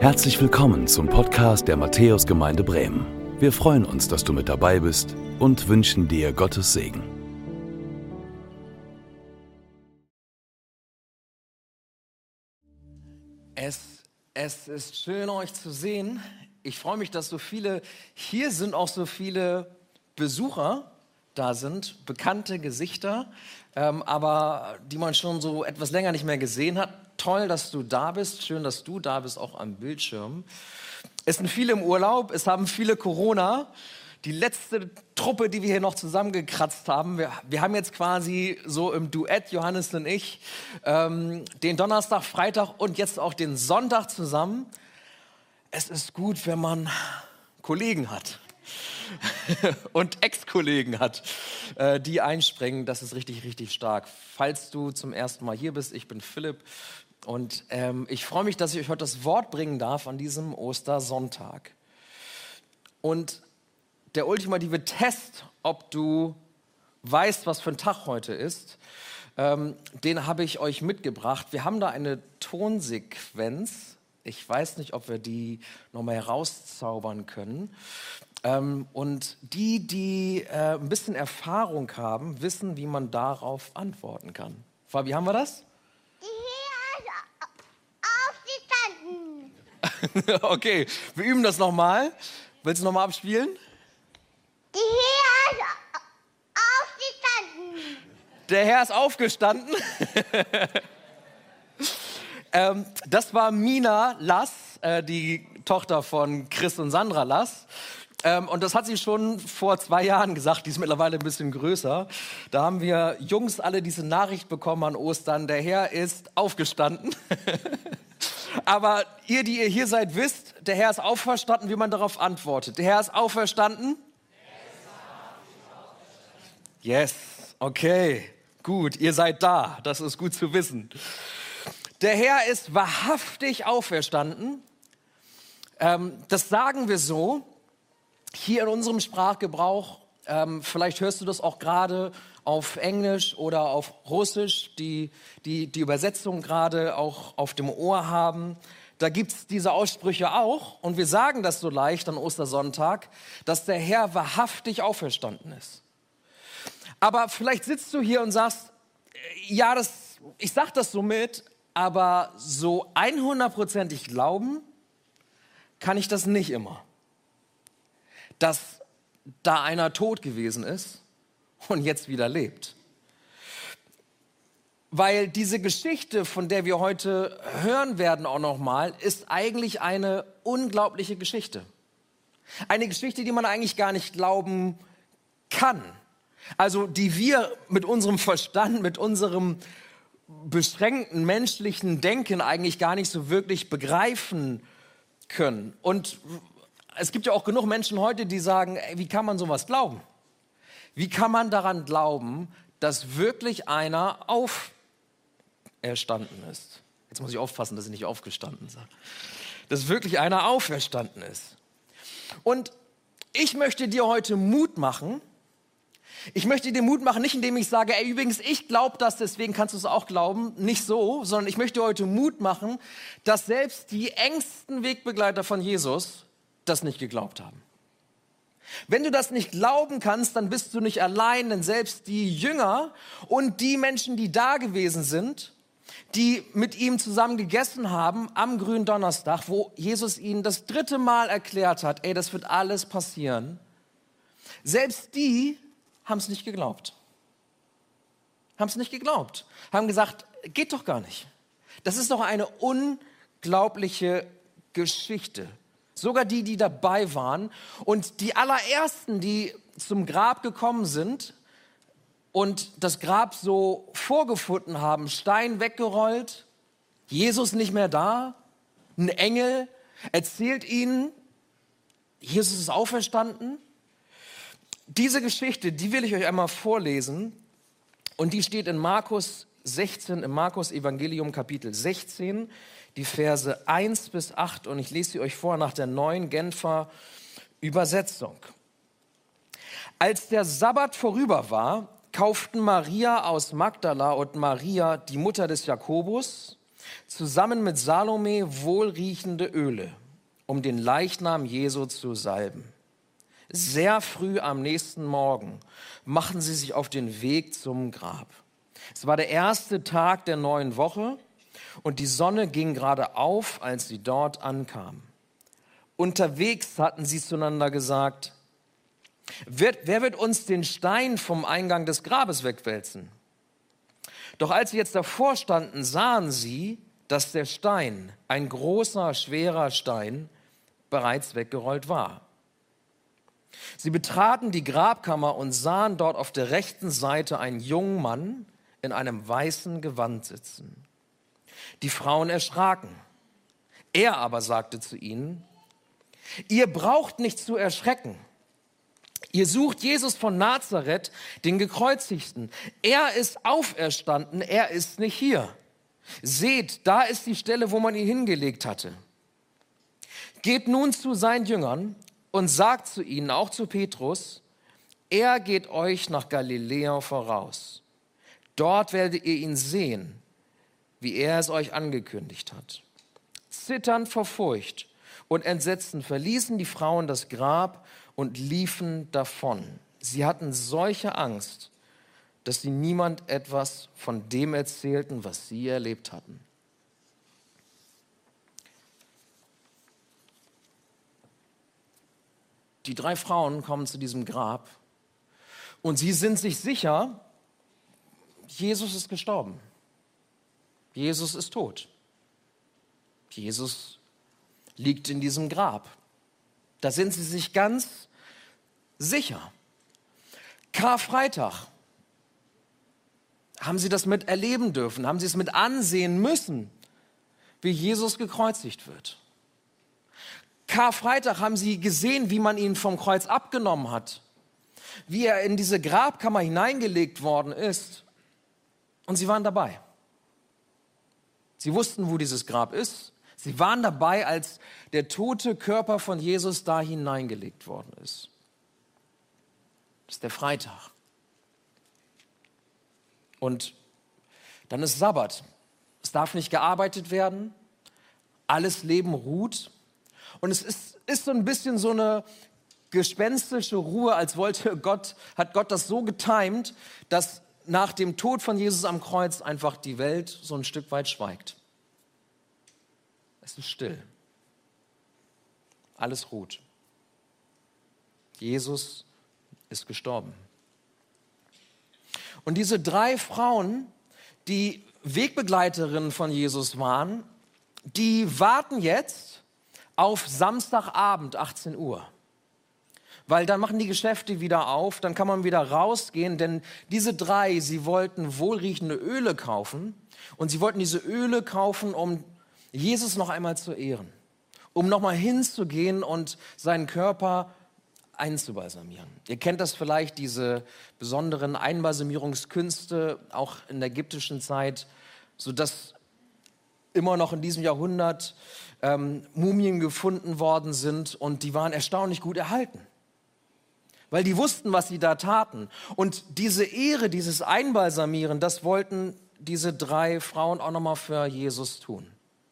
Herzlich willkommen zum Podcast der Matthäusgemeinde Bremen. Wir freuen uns, dass du mit dabei bist und wünschen dir Gottes Segen. Es ist schön, euch zu sehen. Ich freue mich, dass so viele hier sind, auch so viele Besucher da sind, bekannte Gesichter, aber die man schon so etwas länger nicht mehr gesehen hat. Toll, dass du da bist. Schön, dass du da bist, auch am Bildschirm. Es sind viele im Urlaub, es haben viele Corona. Die letzte Truppe, die wir hier noch zusammengekratzt haben, wir haben jetzt quasi so im Duett, Johannes und ich, den Donnerstag, Freitag und jetzt auch den Sonntag zusammen. Es ist gut, wenn man Kollegen hat und Ex-Kollegen hat, die einspringen. Das ist richtig, richtig stark. Falls du zum ersten Mal hier bist, ich bin Philipp und ich freue mich, dass ich euch heute das Wort bringen darf an diesem Ostersonntag. Und der ultimative Test, ob du weißt, was für ein Tag heute ist, den habe ich euch mitgebracht. Wir haben da eine Tonsequenz. Ich weiß nicht, ob wir die nochmal herauszaubern können. Und die ein bisschen Erfahrung haben, wissen, wie man darauf antworten kann. Fabi, haben wir das? Die Herde aufgestanden. Okay, wir üben das nochmal. Willst du nochmal abspielen? Die Herde aufgestanden. Der Herr ist aufgestanden. Das war Mina Lass, die Tochter von Chris und Sandra Lass. Und das hat sie schon vor 2 Jahren gesagt, die ist mittlerweile ein bisschen größer. Da haben wir Jungs alle diese Nachricht bekommen an Ostern, der Herr ist aufgestanden. Aber ihr, die ihr hier seid, wisst, der Herr ist auferstanden, wie man darauf antwortet. Der Herr ist auferstanden? Yes, okay, gut, ihr seid da, das ist gut zu wissen. Der Herr ist wahrhaftig auferstanden. Das sagen wir so. Hier in unserem Sprachgebrauch, vielleicht hörst du das auch gerade auf Englisch oder auf Russisch, die Übersetzung gerade auch auf dem Ohr haben. Da gibt es diese Aussprüche auch und wir sagen das so leicht an Ostersonntag, dass der Herr wahrhaftig auferstanden ist. Aber vielleicht sitzt du hier und sagst, ja, ich sag das so mit, aber so 100%ig glauben kann ich das nicht immer. Dass da einer tot gewesen ist und jetzt wieder lebt. Weil diese Geschichte, von der wir heute hören werden auch nochmal, ist eigentlich eine unglaubliche Geschichte. Eine Geschichte, die man eigentlich gar nicht glauben kann. Also die wir mit unserem Verstand, mit unserem beschränkten menschlichen Denken eigentlich gar nicht so wirklich begreifen können. Und es gibt ja auch genug Menschen heute, die sagen, ey, wie kann man sowas glauben? Wie kann man daran glauben, dass wirklich einer auferstanden ist? Jetzt muss ich aufpassen, dass ich nicht aufgestanden sage. Dass wirklich einer auferstanden ist. Und ich möchte dir heute Mut machen. Ich möchte dir Mut machen, nicht indem ich sage, ey, übrigens, ich glaube das, deswegen kannst du es auch glauben. Nicht so, sondern ich möchte dir heute Mut machen, dass selbst die engsten Wegbegleiter von Jesus das nicht geglaubt haben. Wenn du das nicht glauben kannst, dann bist du nicht allein, denn selbst die Jünger und die Menschen, die da gewesen sind, die mit ihm zusammen gegessen haben am Gründonnerstag, wo Jesus ihnen das 3. Mal erklärt hat, ey, das wird alles passieren, selbst die haben es nicht geglaubt. Haben es nicht geglaubt. Haben gesagt, geht doch gar nicht. Das ist doch eine unglaubliche Geschichte. Sogar die dabei waren und die allerersten, die zum Grab gekommen sind und das Grab so vorgefunden haben, Stein weggerollt, Jesus nicht mehr da, ein Engel erzählt ihnen, Jesus ist auferstanden. Diese Geschichte, die will ich euch einmal vorlesen und die steht in Markus 16, im Markus-Evangelium Kapitel 16, die Verse 1 bis 8 und ich lese sie euch vor nach der neuen Genfer Übersetzung. Als der Sabbat vorüber war, kauften Maria aus Magdala und Maria, die Mutter des Jakobus, zusammen mit Salome wohlriechende Öle, um den Leichnam Jesu zu salben. Sehr früh am nächsten Morgen machten sie sich auf den Weg zum Grab. Es war der erste Tag der neuen Woche und die Sonne ging gerade auf, als sie dort ankamen. Unterwegs hatten sie zueinander gesagt: Wer wird uns den Stein vom Eingang des Grabes wegwälzen? Doch als sie jetzt davor standen, sahen sie, dass der Stein, ein großer, schwerer Stein, bereits weggerollt war. Sie betraten die Grabkammer und sahen dort auf der rechten Seite einen jungen Mann in einem weißen Gewand sitzen. Die Frauen erschraken. Er aber sagte zu ihnen: Ihr braucht nicht zu erschrecken. Ihr sucht Jesus von Nazareth, den Gekreuzigten. Er ist auferstanden, er ist nicht hier. Seht, da ist die Stelle, wo man ihn hingelegt hatte. Geht nun zu seinen Jüngern und sagt zu ihnen, auch zu Petrus: Er geht euch nach Galiläa voraus. Dort werdet ihr ihn sehen, wie er es euch angekündigt hat. Zitternd vor Furcht und Entsetzen verließen die Frauen das Grab und liefen davon. Sie hatten solche Angst, dass sie niemand etwas von dem erzählten, was sie erlebt hatten. Die 3 Frauen kommen zu diesem Grab und sie sind sich sicher, Jesus ist gestorben. Jesus ist tot. Jesus liegt in diesem Grab. Da sind sie sich ganz sicher. Karfreitag haben sie das mit erleben dürfen, haben sie es mit ansehen müssen, wie Jesus gekreuzigt wird. Karfreitag haben sie gesehen, wie man ihn vom Kreuz abgenommen hat, wie er in diese Grabkammer hineingelegt worden ist. Und sie waren dabei. Sie wussten, wo dieses Grab ist. Sie waren dabei, als der tote Körper von Jesus da hineingelegt worden ist. Das ist der Freitag. Und dann ist Sabbat. Es darf nicht gearbeitet werden. Alles Leben ruht. Und es ist so ein bisschen so eine gespenstische Ruhe, als hat Gott das so getimt, dass nach dem Tod von Jesus am Kreuz einfach die Welt so ein Stück weit schweigt. Es ist still. Alles ruht. Jesus ist gestorben. Und diese 3 Frauen, die Wegbegleiterinnen von Jesus waren, die warten jetzt auf Samstagabend, 18 Uhr. Weil dann machen die Geschäfte wieder auf, dann kann man wieder rausgehen, denn diese 3, sie wollten wohlriechende Öle kaufen und sie wollten diese Öle kaufen, um Jesus noch einmal zu ehren, um nochmal hinzugehen und seinen Körper einzubalsamieren. Ihr kennt das vielleicht, diese besonderen Einbalsamierungskünste, auch in der ägyptischen Zeit, sodass immer noch in diesem Jahrhundert Mumien gefunden worden sind und die waren erstaunlich gut erhalten. Weil die wussten, was sie da taten. Und diese Ehre, dieses Einbalsamieren, das wollten diese 3 Frauen auch nochmal für Jesus tun.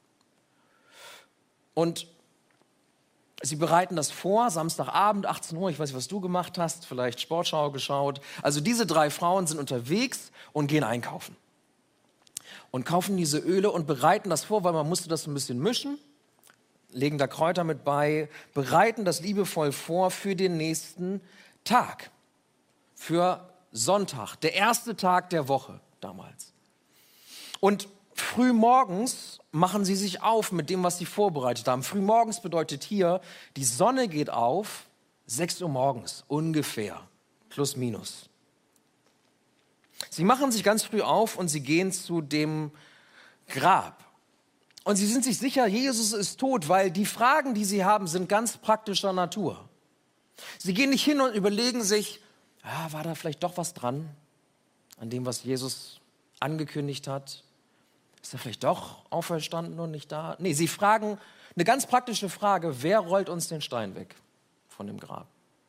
Und sie bereiten das vor, Samstagabend, 18 Uhr, ich weiß nicht, was du gemacht hast, vielleicht Sportschau geschaut. Also diese 3 Frauen sind unterwegs und gehen einkaufen. Und kaufen diese Öle und bereiten das vor, weil man musste das ein bisschen mischen, legen da Kräuter mit bei, bereiten das liebevoll vor für den nächsten Tag, für Sonntag, der erste Tag der Woche damals. Und früh morgens machen sie sich auf mit dem, was sie vorbereitet haben. Früh morgens bedeutet hier, die Sonne geht auf, 6 Uhr morgens ungefähr, plus minus. Sie machen sich ganz früh auf und sie gehen zu dem Grab. Und sie sind sich sicher, Jesus ist tot, weil die Fragen, die sie haben, sind ganz praktischer Natur. Sie gehen nicht hin und überlegen sich, war da vielleicht doch was dran an dem, was Jesus angekündigt hat? Ist er vielleicht doch auferstanden und nicht da? Nee, sie fragen eine ganz praktische Frage, wer rollt uns den Stein weg von dem Grab?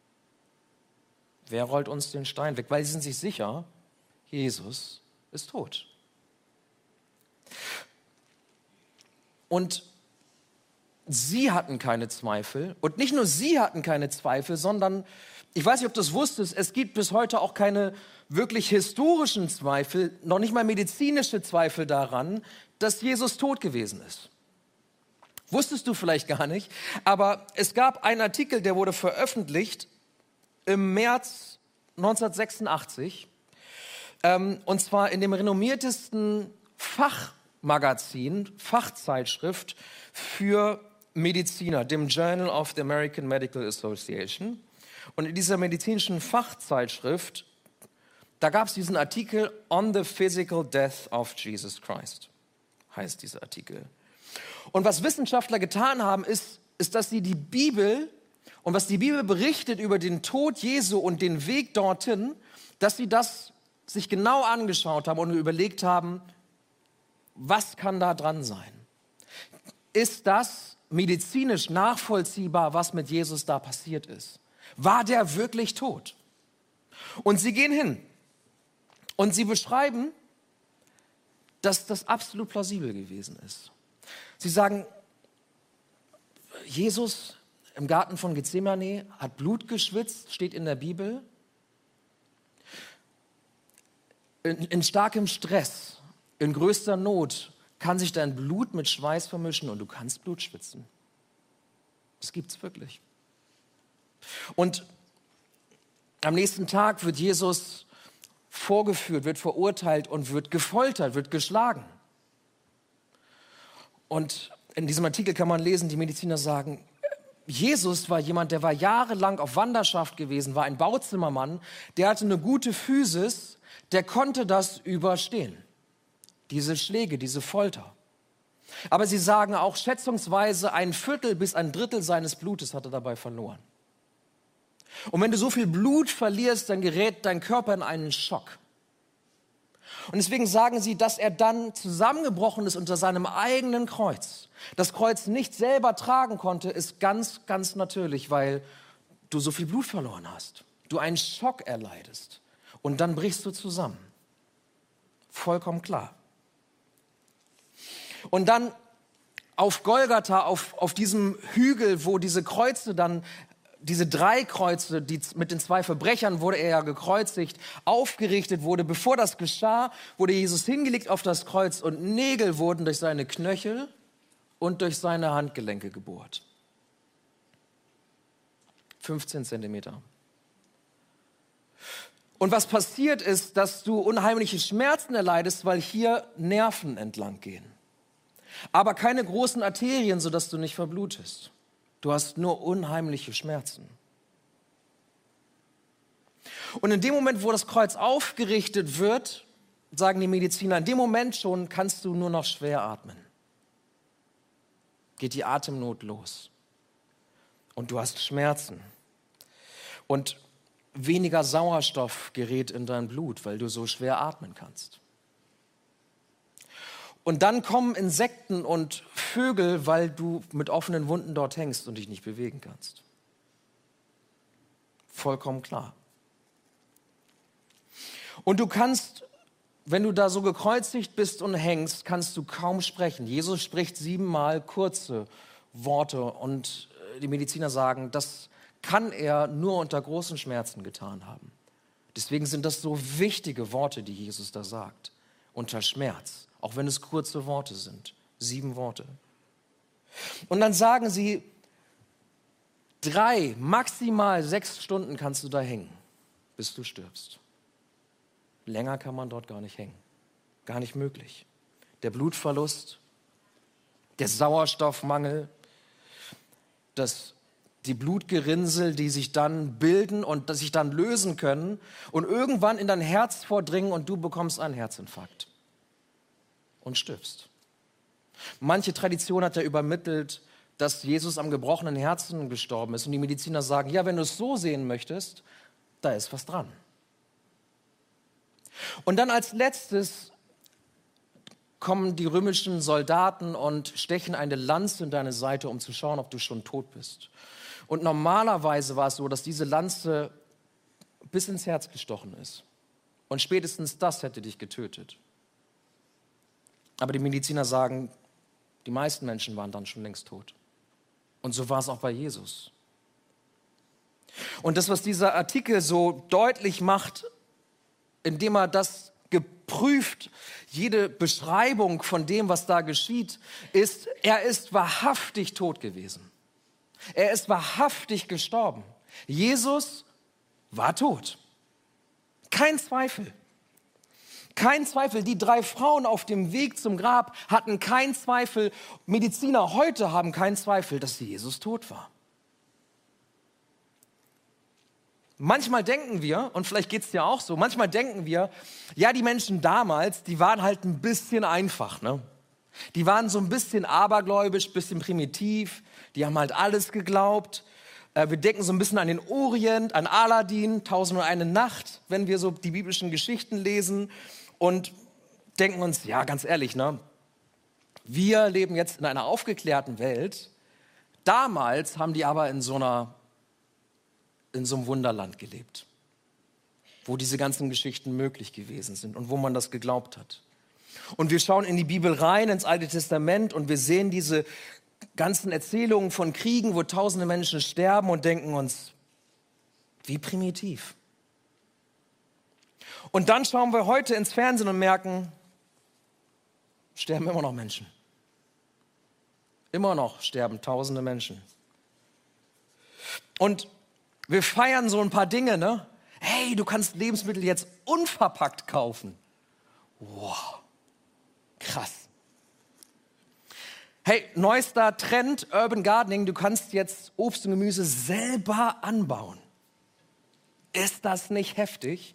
Wer rollt uns den Stein weg? Weil sie sind sich sicher, Jesus ist tot. Und sie hatten keine Zweifel. Und nicht nur sie hatten keine Zweifel, sondern, ich weiß nicht, ob du es wusstest, es gibt bis heute auch keine wirklich historischen Zweifel, noch nicht mal medizinische Zweifel daran, dass Jesus tot gewesen ist. Wusstest du vielleicht gar nicht, aber es gab einen Artikel, der wurde veröffentlicht im März 1986, und zwar in dem renommiertesten Fachmagazin, Fachzeitschrift für Mediziner, dem Journal of the American Medical Association. Und in dieser medizinischen Fachzeitschrift, da gab es diesen Artikel On the Physical Death of Jesus Christ, heißt dieser Artikel. Und was Wissenschaftler getan haben, ist, dass sie die Bibel und was die Bibel berichtet über den Tod Jesu und den Weg dorthin, dass sie das sich genau angeschaut haben und überlegt haben, was kann da dran sein? Ist das medizinisch nachvollziehbar, was mit Jesus da passiert ist? War der wirklich tot? Und sie gehen hin und sie beschreiben, dass das absolut plausibel gewesen ist. Sie sagen, Jesus im Garten von Gethsemane hat Blut geschwitzt, steht in der Bibel. In starkem Stress, in größter Not kann sich dein Blut mit Schweiß vermischen und du kannst Blut schwitzen. Das gibt's wirklich. Und am nächsten Tag wird Jesus vorgeführt, wird verurteilt und wird gefoltert, wird geschlagen. Und in diesem Artikel kann man lesen, die Mediziner sagen, Jesus war jemand, der war jahrelang auf Wanderschaft gewesen, war ein Bauzimmermann, der hatte eine gute Physis, der konnte das überstehen. Diese Schläge, diese Folter. Aber sie sagen auch, schätzungsweise 1/4 bis 1/3 seines Blutes hat er dabei verloren. Und wenn du so viel Blut verlierst, dann gerät dein Körper in einen Schock. Und deswegen sagen sie, dass er dann zusammengebrochen ist unter seinem eigenen Kreuz. Das Kreuz nicht selber tragen konnte, ist ganz, ganz natürlich, weil du so viel Blut verloren hast. Du einen Schock erleidest. Und dann brichst du zusammen. Vollkommen klar. Und dann auf Golgatha, auf diesem Hügel, wo diese Kreuze dann, diese 3 Kreuze, die mit den 2 Verbrechern wurde er ja gekreuzigt, aufgerichtet wurde. Bevor das geschah, wurde Jesus hingelegt auf das Kreuz und Nägel wurden durch seine Knöchel und durch seine Handgelenke gebohrt. 15 Zentimeter. Und was passiert ist, dass du unheimliche Schmerzen erleidest, weil hier Nerven entlang gehen. Aber keine großen Arterien, sodass du nicht verblutest. Du hast nur unheimliche Schmerzen. Und in dem Moment, wo das Kreuz aufgerichtet wird, sagen die Mediziner, in dem Moment schon kannst du nur noch schwer atmen. Geht die Atemnot los. Und du hast Schmerzen. Und weniger Sauerstoff gerät in dein Blut, weil du so schwer atmen kannst. Und dann kommen Insekten und Vögel, weil du mit offenen Wunden dort hängst und dich nicht bewegen kannst. Vollkommen klar. Und du kannst, wenn du da so gekreuzigt bist und hängst, kannst du kaum sprechen. Jesus spricht 7-mal kurze Worte und die Mediziner sagen, das kann er nur unter großen Schmerzen getan haben. Deswegen sind das so wichtige Worte, die Jesus da sagt. Unter Schmerz, auch wenn es kurze Worte sind. 7 Worte. Und dann sagen sie, 3, maximal 6 Stunden kannst du da hängen, bis du stirbst. Länger kann man dort gar nicht hängen. Gar nicht möglich. Der Blutverlust, der Sauerstoffmangel, die Blutgerinnsel, die sich dann bilden und sich dann lösen können und irgendwann in dein Herz vordringen und du bekommst einen Herzinfarkt und stirbst. Manche Tradition hat ja übermittelt, dass Jesus am gebrochenen Herzen gestorben ist und die Mediziner sagen, ja, wenn du es so sehen möchtest, da ist was dran. Und dann als letztes kommen die römischen Soldaten und stechen eine Lanze in deine Seite, um zu schauen, ob du schon tot bist. Und normalerweise war es so, dass diese Lanze bis ins Herz gestochen ist. Und spätestens das hätte dich getötet. Aber die Mediziner sagen, Die meisten Menschen waren dann schon längst tot. Und so war es auch bei Jesus. Und das, was dieser Artikel so deutlich macht, indem er das geprüft, jede Beschreibung von dem, was da geschieht, ist, er ist wahrhaftig tot gewesen. Er ist wahrhaftig gestorben. Jesus war tot. Kein Zweifel. Kein Zweifel. Die 3 Frauen auf dem Weg zum Grab hatten keinen Zweifel. Mediziner heute haben keinen Zweifel, dass Jesus tot war. Manchmal denken wir, und vielleicht geht es dir auch so, manchmal denken wir, ja, die Menschen damals, die waren halt ein bisschen einfach, ne? Die waren so ein bisschen abergläubisch, ein bisschen primitiv, die haben halt alles geglaubt. Wir denken so ein bisschen an den Orient, an Aladdin, 1001 Nacht, wenn wir so die biblischen Geschichten lesen und denken uns, ja, ganz ehrlich, ne? Wir leben jetzt in einer aufgeklärten Welt. Damals haben die aber in so einem Wunderland gelebt, wo diese ganzen Geschichten möglich gewesen sind und wo man das geglaubt hat. Und wir schauen in die Bibel rein, ins Alte Testament, und wir sehen diese ganzen Erzählungen von Kriegen, wo tausende Menschen sterben, und denken uns, wie primitiv. Und dann schauen wir heute ins Fernsehen und merken, sterben immer noch Menschen. Immer noch sterben tausende Menschen. Und wir feiern so ein paar Dinge, ne? Hey, du kannst Lebensmittel jetzt unverpackt kaufen. Wow, krass. Hey, neuester Trend, Urban Gardening, du kannst jetzt Obst und Gemüse selber anbauen. Ist das nicht heftig?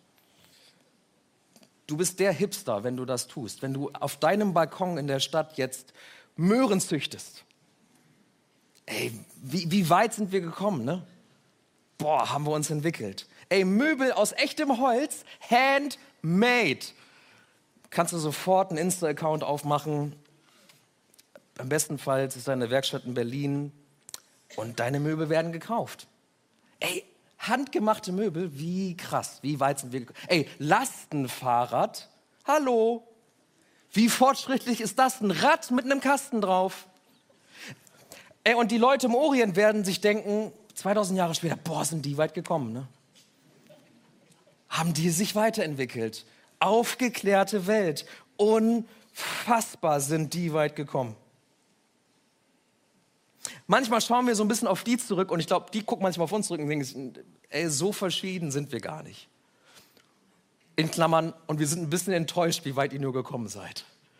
Du bist der Hipster, wenn du das tust. Wenn du auf deinem Balkon in der Stadt jetzt Möhren züchtest. Ey, wie weit sind wir gekommen, ne? Boah, haben wir uns entwickelt. Ey, Möbel aus echtem Holz, handmade. Kannst du sofort einen Insta-Account aufmachen. Am besten Fall ist deine Werkstatt in Berlin und deine Möbel werden gekauft. Ey, handgemachte Möbel, wie krass, wie weit sind wir gekommen. Ey, Lastenfahrrad, hallo. Wie fortschrittlich ist das? Ein Rad mit einem Kasten drauf. Ey, und die Leute im Orient werden sich denken, 2000 Jahre später, boah, sind die weit gekommen, ne? Haben die sich weiterentwickelt. Aufgeklärte Welt. Unfassbar sind die weit gekommen. Manchmal schauen wir so ein bisschen auf die zurück und ich glaube, die gucken manchmal auf uns zurück und denken, ey, so verschieden sind wir gar nicht. In Klammern, und wir sind ein bisschen enttäuscht, wie weit ihr nur gekommen seid.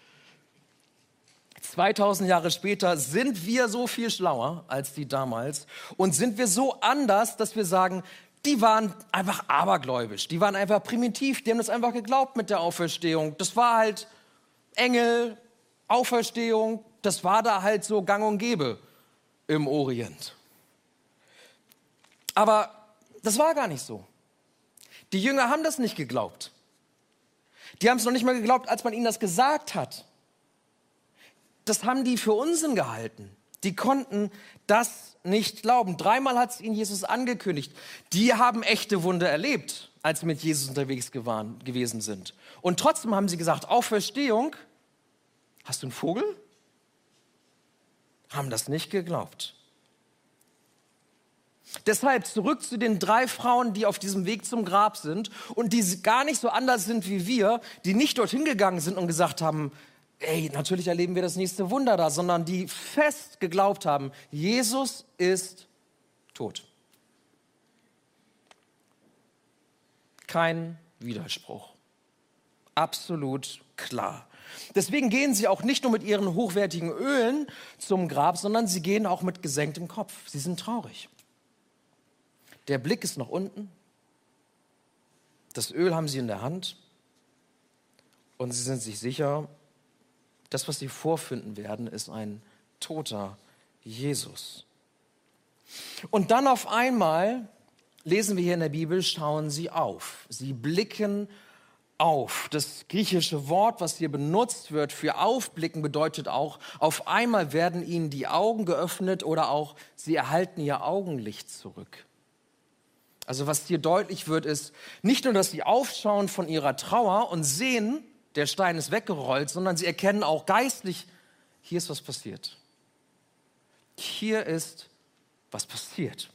2000 Jahre später sind wir so viel schlauer als die damals und sind wir so anders, dass wir sagen, die waren einfach abergläubisch, die waren einfach primitiv, die haben das einfach geglaubt mit der Auferstehung. Das war halt Engel, Auferstehung, das war da halt so gang und gäbe im Orient. Aber das war gar nicht so. Die Jünger haben das nicht geglaubt. Die haben es noch nicht mal geglaubt, als man ihnen das gesagt hat. Das haben die für Unsinn gehalten. Die konnten das nicht glauben. 3-mal hat es ihnen Jesus angekündigt. Die haben echte Wunder erlebt, als sie mit Jesus unterwegs gewesen sind. Und trotzdem haben sie gesagt, Auferstehung, hast du einen Vogel? Haben das nicht geglaubt. Deshalb zurück zu den 3 Frauen, die auf diesem Weg zum Grab sind und die gar nicht so anders sind wie wir, die nicht dorthin gegangen sind und gesagt haben, ey, natürlich erleben wir das nächste Wunder da, sondern die fest geglaubt haben, Jesus ist tot. Kein Widerspruch. Absolut klar. Deswegen gehen sie auch nicht nur mit ihren hochwertigen Ölen zum Grab, sondern sie gehen auch mit gesenktem Kopf. Sie sind traurig. Der Blick ist nach unten. Das Öl haben sie in der Hand. Und sie sind sich sicher, das, was sie vorfinden werden, ist ein toter Jesus. Und dann auf einmal, lesen wir hier in der Bibel, schauen sie auf. Sie blicken auf. Das griechische Wort, was hier benutzt wird für aufblicken, bedeutet auch, auf einmal werden ihnen die Augen geöffnet oder auch sie erhalten ihr Augenlicht zurück. Also was hier deutlich wird, ist nicht nur, dass sie aufschauen von ihrer Trauer und sehen, der Stein ist weggerollt, sondern sie erkennen auch geistlich, hier ist was passiert. Hier ist was passiert.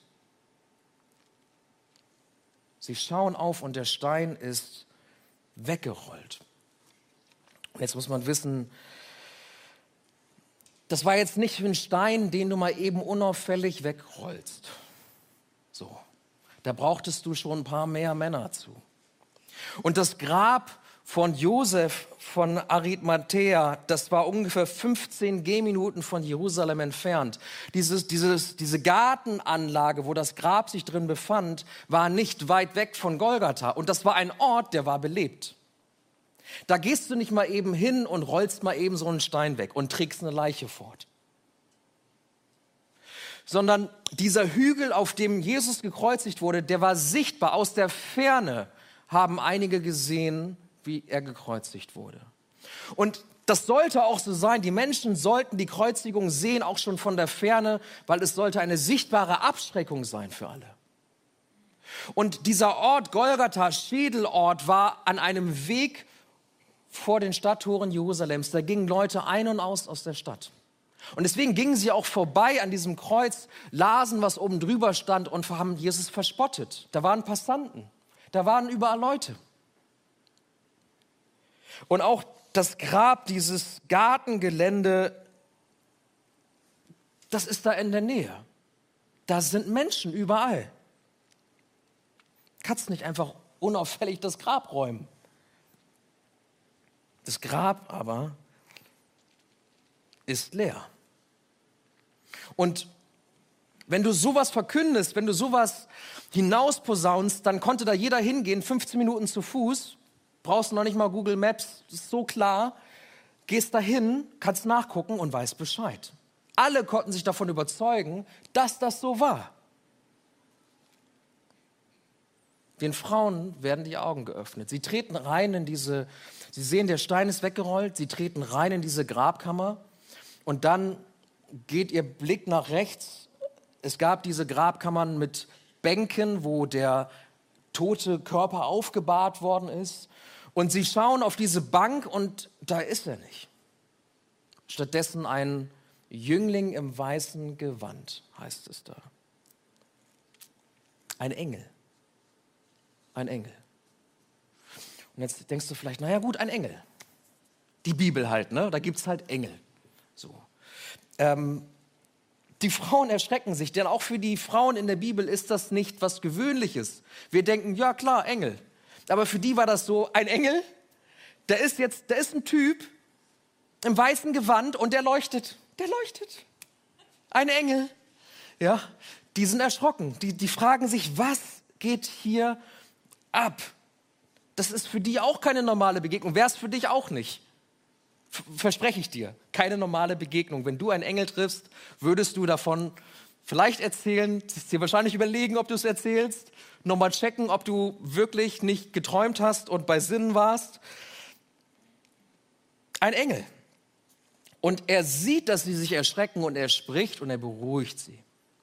Sie schauen auf und der Stein ist weggerollt. Und jetzt muss man wissen, das war jetzt nicht ein Stein, den du mal eben unauffällig wegrollst. So, da brauchtest du schon ein paar mehr Männer zu. Und das Grab von Josef von Arimathäa, das war ungefähr 15 Gehminuten von Jerusalem entfernt. Diese Gartenanlage, wo das Grab sich drin befand, war nicht weit weg von Golgatha. Und das war ein Ort, der war belebt. Da gehst du nicht mal eben hin und rollst mal eben so einen Stein weg und trägst eine Leiche fort. Sondern dieser Hügel, auf dem Jesus gekreuzigt wurde, der war sichtbar. Aus der Ferne haben einige gesehen, wie er gekreuzigt wurde. Und das sollte auch so sein. Die Menschen sollten die Kreuzigung sehen, auch schon von der Ferne, weil es sollte eine sichtbare Abschreckung sein für alle. Und dieser Ort, Golgatha, Schädelort, war an einem Weg vor den Stadttoren Jerusalems. Da gingen Leute ein und aus der Stadt. Und deswegen gingen sie auch vorbei an diesem Kreuz, lasen, was oben drüber stand und haben Jesus verspottet. Da waren Passanten, da waren überall Leute. Und auch das Grab, dieses Gartengelände, das ist da in der Nähe. Da sind Menschen überall. Du kannst nicht einfach unauffällig das Grab räumen. Das Grab aber ist leer. Und wenn du sowas verkündest, wenn du sowas hinausposaunst, dann konnte da jeder hingehen, 15 Minuten zu Fuß, brauchst du noch nicht mal Google Maps, ist so klar, gehst dahin, kannst nachgucken und weißt Bescheid. Alle konnten sich davon überzeugen, dass das so war. Den Frauen werden die Augen geöffnet. Sie treten rein in sie sehen, der Stein ist weggerollt, sie treten rein in diese Grabkammer und dann geht ihr Blick nach rechts. Es gab diese Grabkammern mit Bänken, wo der tote Körper aufgebahrt worden ist. Und sie schauen auf diese Bank und da ist er nicht. Stattdessen ein Jüngling im weißen Gewand, heißt es da. Ein Engel. Ein Engel. Und jetzt denkst du vielleicht, naja gut, ein Engel. Die Bibel halt, ne? Da gibt es halt Engel. So. Die Frauen erschrecken sich, denn auch für die Frauen in der Bibel ist das nicht was Gewöhnliches. Wir denken, ja klar, Engel. Aber für die war das so, ein Engel, da ist ein Typ im weißen Gewand und der leuchtet. Ein Engel. Ja, die sind erschrocken. Die fragen sich, was geht hier ab? Das ist für die auch keine normale Begegnung. Wäre es für dich auch nicht. Verspreche ich dir, keine normale Begegnung. Wenn du einen Engel triffst, würdest du davon vielleicht erzählen, dir wahrscheinlich überlegen, ob du es erzählst, nochmal checken, ob du wirklich nicht geträumt hast und bei Sinnen warst. Ein Engel. Und er sieht, dass sie sich erschrecken und er spricht und er beruhigt sie.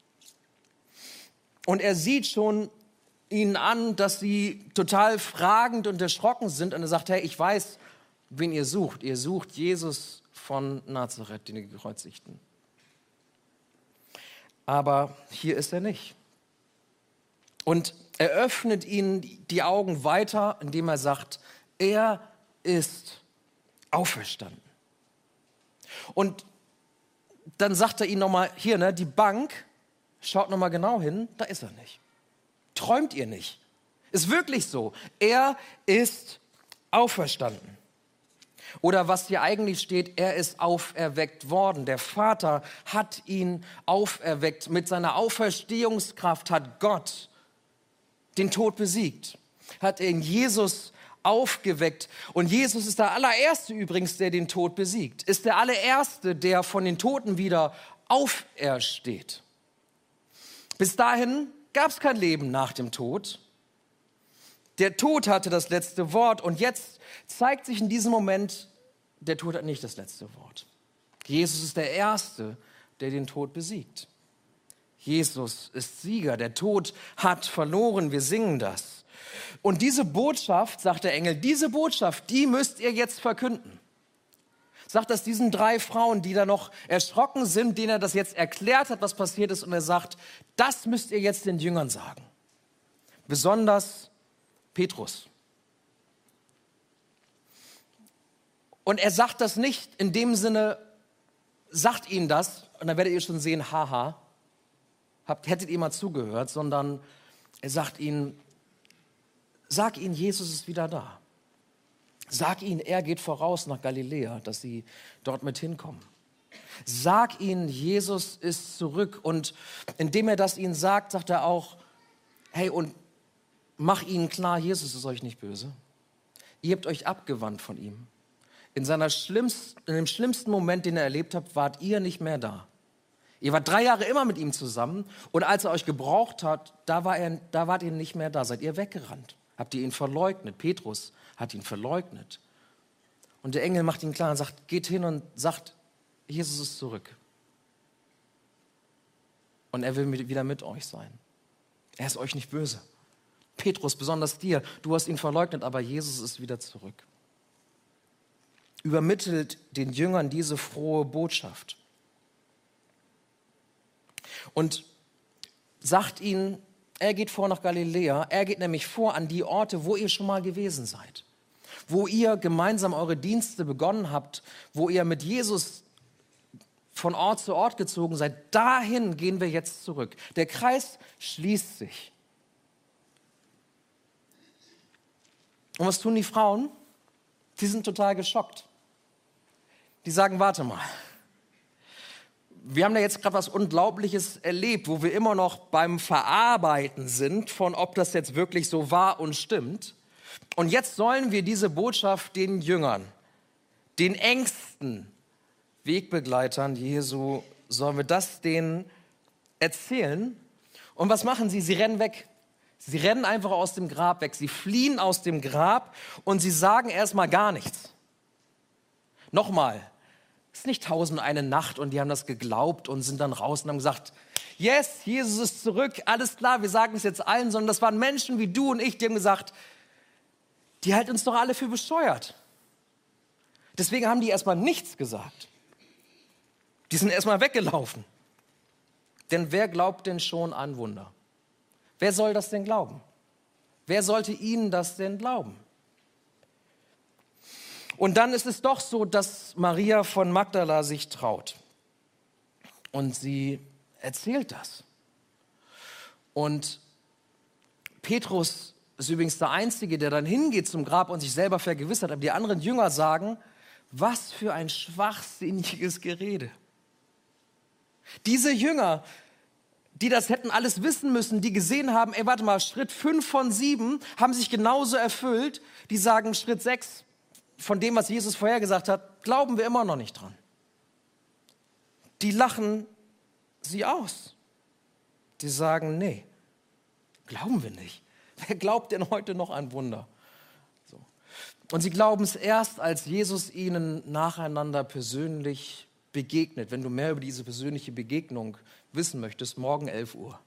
Und er sieht schon ihnen an, dass sie total fragend und erschrocken sind und er sagt, hey, ich weiß, wen ihr sucht. Ihr sucht Jesus von Nazareth, den Gekreuzigten. Aber hier ist er nicht. Und er öffnet ihnen die Augen weiter, indem er sagt, er ist auferstanden. Und dann sagt er ihnen nochmal, hier, ne, die Bank, schaut nochmal genau hin, da ist er nicht. Träumt ihr nicht? Ist wirklich so. Er ist auferstanden. Oder was hier eigentlich steht, er ist auferweckt worden. Der Vater hat ihn auferweckt. Mit seiner Auferstehungskraft hat Gott den Tod besiegt. Hat ihn Jesus aufgeweckt. Und Jesus ist der allererste übrigens, der den Tod besiegt. Ist der allererste, der von den Toten wieder aufersteht. Bis dahin gab es kein Leben nach dem Tod. Der Tod hatte das letzte Wort und jetzt zeigt sich in diesem Moment, der Tod hat nicht das letzte Wort. Jesus ist der Erste, der den Tod besiegt. Jesus ist Sieger, der Tod hat verloren, wir singen das. Und diese Botschaft, sagt der Engel, diese Botschaft, die müsst ihr jetzt verkünden. sagt das diesen 3 Frauen, die da noch erschrocken sind, denen er das jetzt erklärt hat, was passiert ist. Und er sagt, das müsst ihr jetzt den Jüngern sagen. Besonders Petrus. Und er sagt das nicht in dem Sinne, sagt ihnen das, und dann werdet ihr schon sehen, haha, hättet ihr mal zugehört, sondern er sagt ihnen, sag ihnen, Jesus ist wieder da. Sag ihnen, er geht voraus nach Galiläa, dass sie dort mit hinkommen. Sag ihnen, Jesus ist zurück. Und indem er das ihnen sagt, sagt er auch, hey, und mach ihnen klar, Jesus ist euch nicht böse. Ihr habt euch abgewandt von ihm. In dem schlimmsten Moment, den ihr erlebt habt, wart ihr nicht mehr da. Ihr wart 3 Jahre immer mit ihm zusammen und als er euch gebraucht hat, da wart ihr nicht mehr da, seid ihr weggerannt. Habt ihr ihn verleugnet. Petrus hat ihn verleugnet. Und der Engel macht ihn klar und sagt, geht hin und sagt, Jesus ist zurück. Und er will wieder mit euch sein. Er ist euch nicht böse. Petrus, besonders dir, du hast ihn verleugnet, aber Jesus ist wieder zurück. Übermittelt den Jüngern diese frohe Botschaft. Und sagt ihnen, er geht vor nach Galiläa, er geht nämlich vor an die Orte, wo ihr schon mal gewesen seid. Wo ihr gemeinsam eure Dienste begonnen habt, wo ihr mit Jesus von Ort zu Ort gezogen seid, dahin gehen wir jetzt zurück. Der Kreis schließt sich. Und was tun die Frauen? Die sind total geschockt. Die sagen, warte mal, wir haben da jetzt gerade was Unglaubliches erlebt, wo wir immer noch beim Verarbeiten sind, von ob das jetzt wirklich so war und stimmt. Und jetzt sollen wir diese Botschaft den Jüngern, den engsten Wegbegleitern Jesu, sollen wir das denen erzählen? Und was machen sie? Sie rennen weg. Sie rennen einfach aus dem Grab weg. Sie fliehen aus dem Grab und sie sagen erstmal gar nichts. Nochmal, es ist nicht 1001 Nacht und die haben das geglaubt und sind dann raus und haben gesagt, yes, Jesus ist zurück, alles klar, wir sagen es jetzt allen, sondern das waren Menschen wie du und ich, die haben gesagt, die halten uns doch alle für bescheuert. Deswegen haben die erstmal nichts gesagt. Die sind erstmal weggelaufen. Denn wer glaubt denn schon an Wunder? Wer soll das denn glauben? Wer sollte ihnen das denn glauben? Und dann ist es doch so, dass Maria von Magdala sich traut. Und sie erzählt das. Und Petrus ist übrigens der Einzige, der dann hingeht zum Grab und sich selber vergewissert. Aber die anderen Jünger sagen, was für ein schwachsinniges Gerede. Diese Jünger, die das hätten alles wissen müssen, die gesehen haben, ey, warte mal, Schritt 5 von 7 haben sich genauso erfüllt. Die sagen, Schritt 6 von dem, was Jesus vorhergesagt hat, glauben wir immer noch nicht dran. Die lachen sie aus. Die sagen, nee, glauben wir nicht. Wer glaubt denn heute noch an Wunder? So. Und sie glauben es erst, als Jesus ihnen nacheinander persönlich begegnet. Wenn du mehr über diese persönliche Begegnung wissen möchtest, morgen 11 Uhr.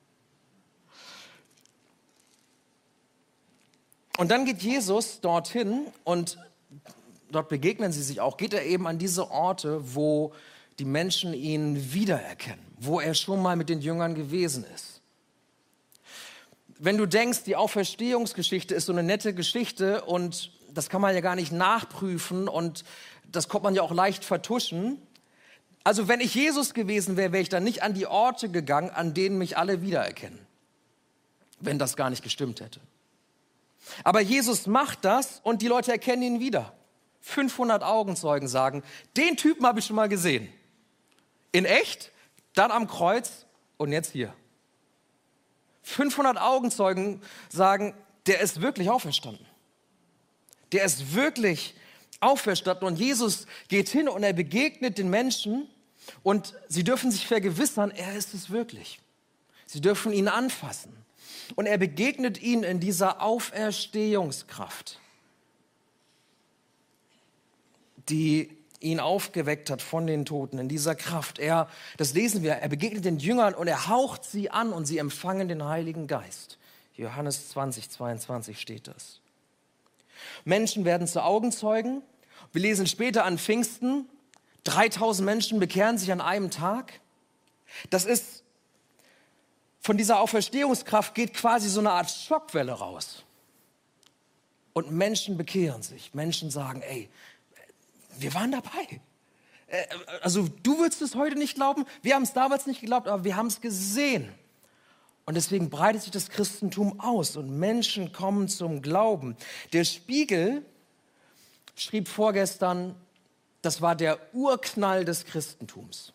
Und dann geht Jesus dorthin und dort begegnen sie sich auch. Geht er eben an diese Orte, wo die Menschen ihn wiedererkennen, wo er schon mal mit den Jüngern gewesen ist. Wenn du denkst, die Auferstehungsgeschichte ist so eine nette Geschichte und das kann man ja gar nicht nachprüfen und das kommt man ja auch leicht vertuschen. Also wenn ich Jesus gewesen wäre, wäre ich dann nicht an die Orte gegangen, an denen mich alle wiedererkennen, wenn das gar nicht gestimmt hätte. Aber Jesus macht das und die Leute erkennen ihn wieder. 500 Augenzeugen sagen, den Typen habe ich schon mal gesehen. In echt, dann am Kreuz und jetzt hier. 500 Augenzeugen sagen, der ist wirklich auferstanden. Der ist wirklich auferstanden. Und Jesus geht hin und er begegnet den Menschen und sie dürfen sich vergewissern, er ist es wirklich. Sie dürfen ihn anfassen. Und er begegnet ihnen in dieser Auferstehungskraft, die ihn aufgeweckt hat von den Toten, in dieser Kraft. Das lesen wir, er begegnet den Jüngern und er haucht sie an und sie empfangen den Heiligen Geist. Johannes 20, 22 steht das. Menschen werden zu Augenzeugen. Wir lesen später an Pfingsten, 3.000 Menschen bekehren sich an einem Tag. Das ist, von dieser Auferstehungskraft geht quasi so eine Art Schockwelle raus. Und Menschen bekehren sich. Menschen sagen, ey, wir waren dabei. Also du würdest es heute nicht glauben, wir haben es damals nicht geglaubt, aber wir haben es gesehen. Und deswegen breitet sich das Christentum aus und Menschen kommen zum Glauben. Der Spiegel schrieb vorgestern, das war der Urknall des Christentums.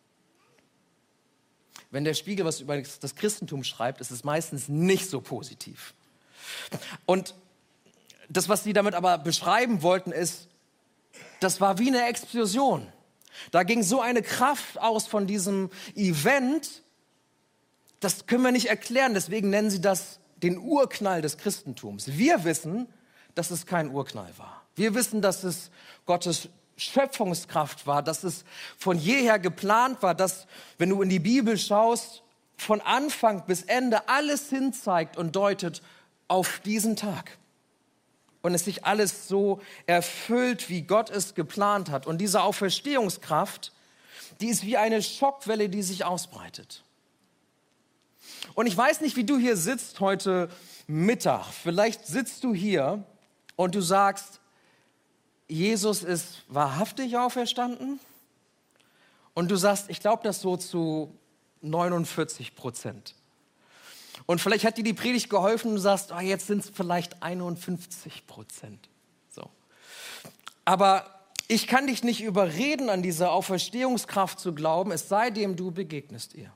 Wenn der Spiegel was über das Christentum schreibt, ist es meistens nicht so positiv. Und das, was sie damit aber beschreiben wollten, ist, das war wie eine Explosion. Da ging so eine Kraft aus von diesem Event, das können wir nicht erklären, deswegen nennen sie das den Urknall des Christentums. Wir wissen, dass es kein Urknall war. Wir wissen, dass es Gottes Schöpfungskraft war, dass es von jeher geplant war, dass, wenn du in die Bibel schaust, von Anfang bis Ende alles hinzeigt und deutet auf diesen Tag. Und es sich alles so erfüllt, wie Gott es geplant hat. Und diese Auferstehungskraft, die ist wie eine Schockwelle, die sich ausbreitet. Und ich weiß nicht, wie du hier sitzt heute Mittag. Vielleicht sitzt du hier und du sagst, Jesus ist wahrhaftig auferstanden. Und du sagst, ich glaube das so zu 49%. Und vielleicht hat dir die Predigt geholfen und du sagst, oh, jetzt sind es vielleicht 51%. So. Aber ich kann dich nicht überreden, an diese Auferstehungskraft zu glauben, es sei dem, du begegnest ihr.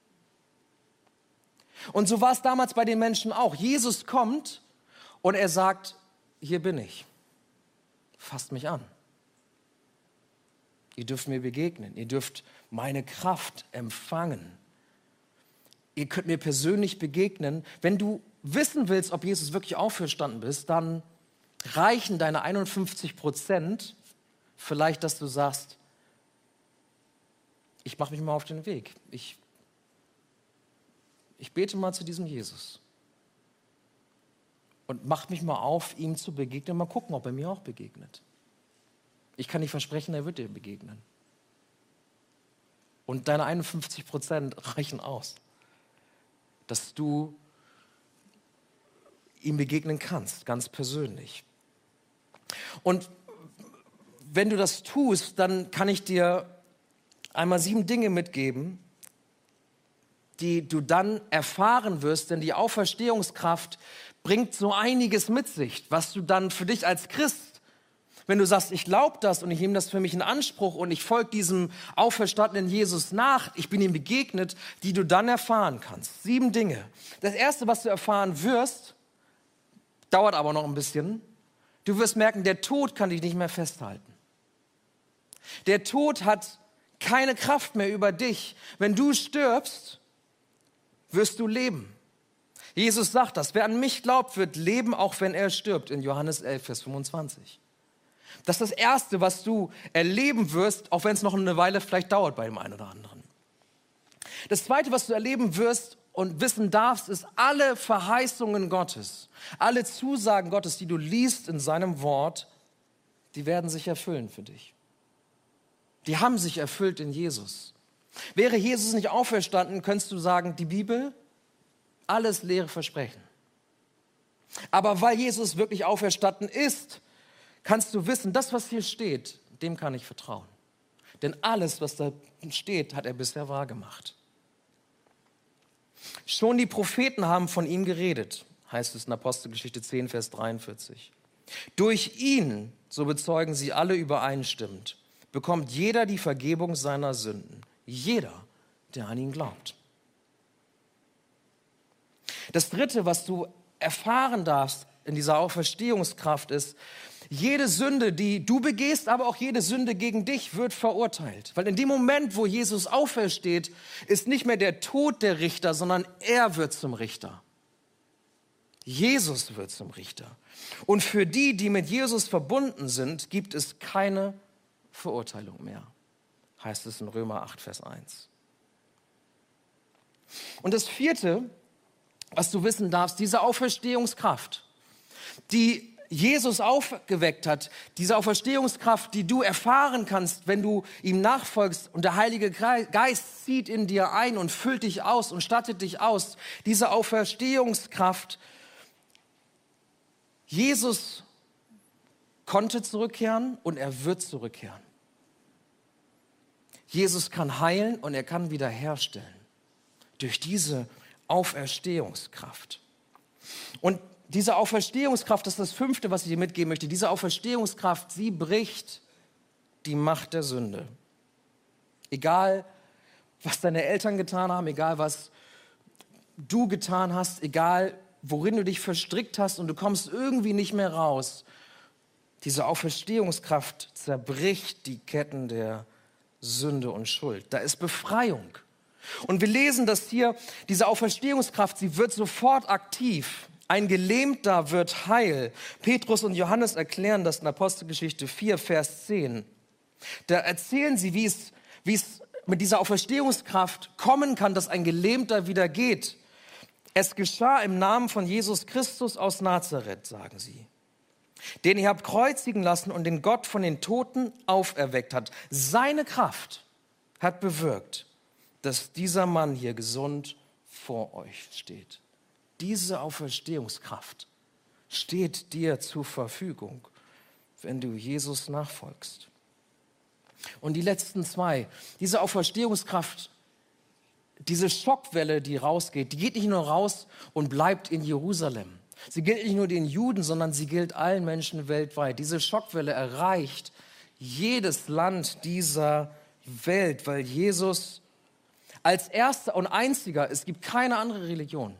Und so war es damals bei den Menschen auch. Jesus kommt und er sagt, hier bin ich. Fasst mich an. Ihr dürft mir begegnen. Ihr dürft meine Kraft empfangen. Ihr könnt mir persönlich begegnen. Wenn du wissen willst, ob Jesus wirklich auferstanden ist, dann reichen deine 51% vielleicht, dass du sagst, ich mache mich mal auf den Weg. Ich bete mal zu diesem Jesus und mach mich mal auf, ihm zu begegnen. Mal gucken, ob er mir auch begegnet. Ich kann nicht versprechen, er wird dir begegnen. Und deine 51% reichen aus, dass du ihm begegnen kannst, ganz persönlich. Und wenn du das tust, dann kann ich dir einmal 7 Dinge mitgeben, die du dann erfahren wirst, denn die Auferstehungskraft bringt so einiges mit sich, was du dann für dich als Christ, wenn du sagst, ich glaube das und ich nehme das für mich in Anspruch und ich folge diesem auferstandenen Jesus nach, ich bin ihm begegnet, die du dann erfahren kannst. 7 Dinge. Das Erste, was du erfahren wirst, dauert aber noch ein bisschen, du wirst merken, der Tod kann dich nicht mehr festhalten. Der Tod hat keine Kraft mehr über dich. Wenn du stirbst, wirst du leben. Jesus sagt das, wer an mich glaubt, wird leben, auch wenn er stirbt, in Johannes 11, Vers 25. Das ist das Erste, was du erleben wirst, auch wenn es noch eine Weile vielleicht dauert bei dem einen oder anderen. Das Zweite, was du erleben wirst und wissen darfst, ist alle Verheißungen Gottes, alle Zusagen Gottes, die du liest in seinem Wort, die werden sich erfüllen für dich. Die haben sich erfüllt in Jesus. Wäre Jesus nicht auferstanden, könntest du sagen, die Bibel, alles leere Versprechen. Aber weil Jesus wirklich auferstanden ist, kannst du wissen, das, was hier steht, dem kann ich vertrauen. Denn alles, was da steht, hat er bisher wahrgemacht. Schon die Propheten haben von ihm geredet, heißt es in Apostelgeschichte 10, Vers 43. Durch ihn, so bezeugen sie alle übereinstimmend, bekommt jeder die Vergebung seiner Sünden. Jeder, der an ihn glaubt. Das Dritte, was du erfahren darfst in dieser Auferstehungskraft ist, jede Sünde, die du begehst, aber auch jede Sünde gegen dich wird verurteilt. Weil in dem Moment, wo Jesus aufersteht, ist nicht mehr der Tod der Richter, sondern er wird zum Richter. Jesus wird zum Richter. Und für die, die mit Jesus verbunden sind, gibt es keine Verurteilung mehr, heißt es in Römer 8, Vers 1. Und das Vierte, was du wissen darfst, diese Auferstehungskraft, die Jesus aufgeweckt hat, diese Auferstehungskraft, die du erfahren kannst, wenn du ihm nachfolgst und der Heilige Geist zieht in dir ein und füllt dich aus und stattet dich aus, diese Auferstehungskraft, Jesus konnte zurückkehren und er wird zurückkehren. Jesus kann heilen und er kann wiederherstellen durch diese Auferstehungskraft. Und diese Auferstehungskraft, das ist das 5., was ich dir mitgeben möchte. Diese Auferstehungskraft, sie bricht die Macht der Sünde. Egal, was deine Eltern getan haben, egal, was du getan hast, egal, worin du dich verstrickt hast und du kommst irgendwie nicht mehr raus. Diese Auferstehungskraft zerbricht die Ketten der Sünde und Schuld. Da ist Befreiung. Und wir lesen, dass hier diese Auferstehungskraft, sie wird sofort aktiv. Ein Gelähmter wird heil. Petrus und Johannes erklären das in Apostelgeschichte 4, Vers 10. Da erzählen sie, wie es mit dieser Auferstehungskraft kommen kann, dass ein Gelähmter wieder geht. Es geschah im Namen von Jesus Christus aus Nazareth, sagen sie, den ihr habt kreuzigen lassen und den Gott von den Toten auferweckt hat. Seine Kraft hat bewirkt, dass dieser Mann hier gesund vor euch steht. Diese Auferstehungskraft steht dir zur Verfügung, wenn du Jesus nachfolgst. Und die letzten 2, diese Auferstehungskraft, diese Schockwelle, die rausgeht, die geht nicht nur raus und bleibt in Jerusalem. Sie gilt nicht nur den Juden, sondern sie gilt allen Menschen weltweit. Diese Schockwelle erreicht jedes Land dieser Welt, weil Jesus als erster und einziger, es gibt keine andere Religion,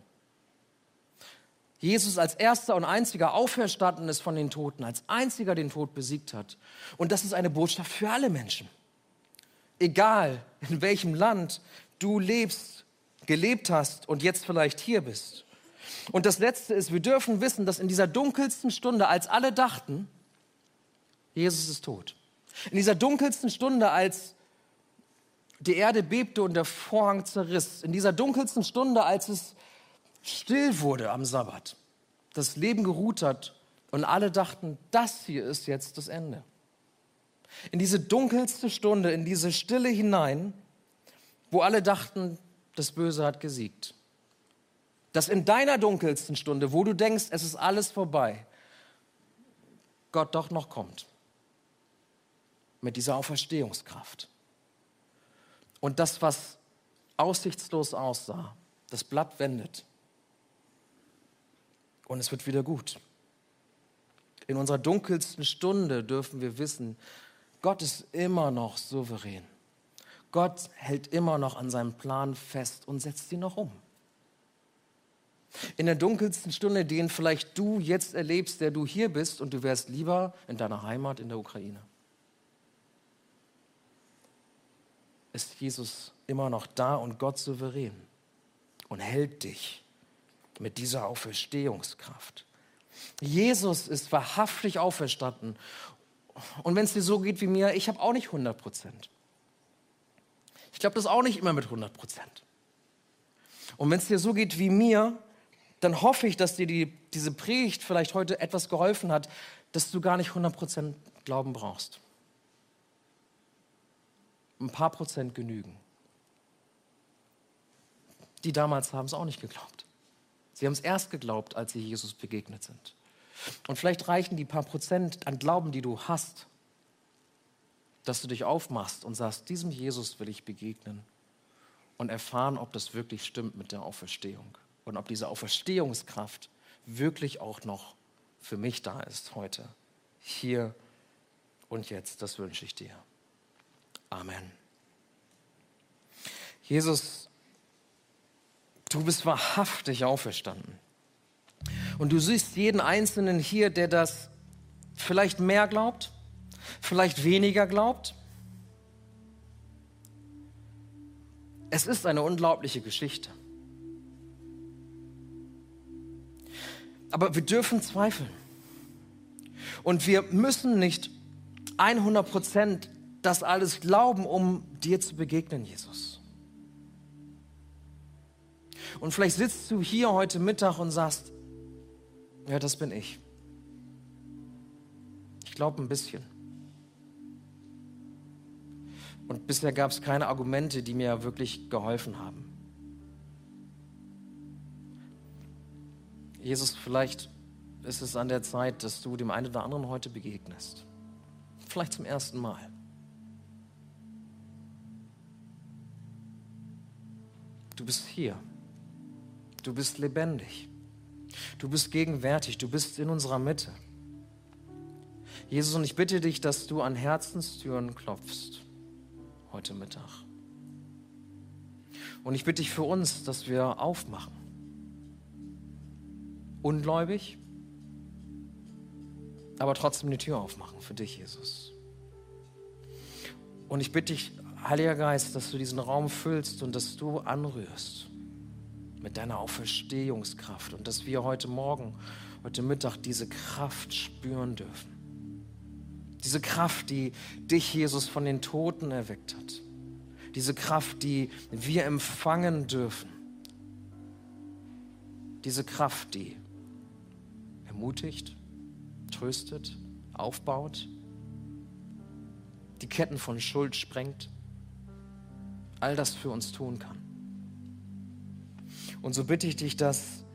Jesus als erster und einziger auferstanden ist von den Toten, als einziger den Tod besiegt hat. Und das ist eine Botschaft für alle Menschen. Egal, in welchem Land du lebst, gelebt hast und jetzt vielleicht hier bist. Und das Letzte ist, wir dürfen wissen, dass in dieser dunkelsten Stunde, als alle dachten, Jesus ist tot. In dieser dunkelsten Stunde, als die Erde bebte und der Vorhang zerriss. In dieser dunkelsten Stunde, als es still wurde am Sabbat, das Leben geruht hat und alle dachten, das hier ist jetzt das Ende. In diese dunkelste Stunde, in diese Stille hinein, wo alle dachten, das Böse hat gesiegt. Dass in deiner dunkelsten Stunde, wo du denkst, es ist alles vorbei, Gott doch noch kommt. Mit dieser Auferstehungskraft. Und das, was aussichtslos aussah, das Blatt wendet. Und es wird wieder gut. In unserer dunkelsten Stunde dürfen wir wissen, Gott ist immer noch souverän. Gott hält immer noch an seinem Plan fest und setzt ihn noch um. In der dunkelsten Stunde, den vielleicht du jetzt erlebst, der du hier bist und du wärst lieber in deiner Heimat in der Ukraine, ist Jesus immer noch da und Gott souverän und hält dich mit dieser Auferstehungskraft. Jesus ist wahrhaftig auferstanden. Und wenn es dir so geht wie mir, ich habe auch nicht 100%. Ich glaube das auch nicht immer mit 100%. Und wenn es dir so geht wie mir, dann hoffe ich, dass dir diese Predigt vielleicht heute etwas geholfen hat, dass du gar nicht 100% Glauben brauchst. Ein paar Prozent genügen. Die damals haben es auch nicht geglaubt. Sie haben es erst geglaubt, als sie Jesus begegnet sind. Und vielleicht reichen die paar Prozent an Glauben, die du hast, dass du dich aufmachst und sagst, diesem Jesus will ich begegnen und erfahren, ob das wirklich stimmt mit der Auferstehung und ob diese Auferstehungskraft wirklich auch noch für mich da ist heute, hier und jetzt. Das wünsche ich dir. Amen. Jesus, du bist wahrhaftig auferstanden. Und du siehst jeden Einzelnen hier, der das vielleicht mehr glaubt, vielleicht weniger glaubt. Es ist eine unglaubliche Geschichte. Aber wir dürfen zweifeln. Und wir müssen nicht 100% das alles glauben, um dir zu begegnen, Jesus. Und vielleicht sitzt du hier heute Mittag und sagst, ja, das bin ich. Ich glaube ein bisschen. Und bisher gab es keine Argumente, die mir wirklich geholfen haben. Jesus, vielleicht ist es an der Zeit, dass du dem einen oder anderen heute begegnest. Vielleicht zum ersten Mal. Du bist hier. Du bist lebendig. Du bist gegenwärtig. Du bist in unserer Mitte. Jesus, und ich bitte dich, dass du an Herzenstüren klopfst heute Mittag. Und ich bitte dich für uns, dass wir aufmachen. Ungläubig, aber trotzdem die Tür aufmachen für dich, Jesus. Und ich bitte dich, Heiliger Geist, dass du diesen Raum füllst und dass du anrührst mit deiner Auferstehungskraft und dass wir heute Morgen, heute Mittag diese Kraft spüren dürfen. Diese Kraft, die dich, Jesus, von den Toten erweckt hat. Diese Kraft, die wir empfangen dürfen. Diese Kraft, die ermutigt, tröstet, aufbaut, die Ketten von Schuld sprengt, all das für uns tun kann. Und so bitte ich dich, dass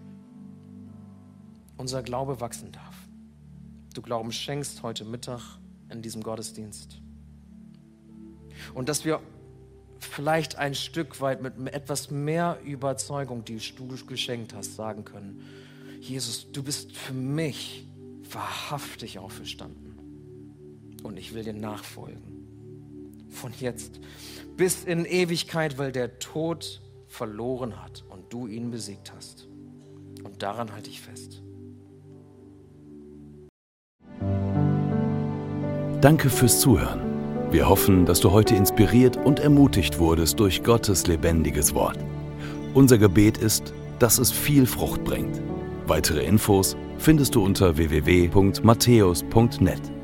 unser Glaube wachsen darf. Du Glauben schenkst heute Mittag in diesem Gottesdienst. Und dass wir vielleicht ein Stück weit mit etwas mehr Überzeugung, die du geschenkt hast, sagen können: Jesus, du bist für mich wahrhaftig auferstanden. Und ich will dir nachfolgen. Von jetzt bis in Ewigkeit, weil der Tod verloren hat und du ihn besiegt hast. Und daran halte ich fest. Danke fürs Zuhören. Wir hoffen, dass du heute inspiriert und ermutigt wurdest durch Gottes lebendiges Wort. Unser Gebet ist, dass es viel Frucht bringt. Weitere Infos findest du unter www.matthäus.net.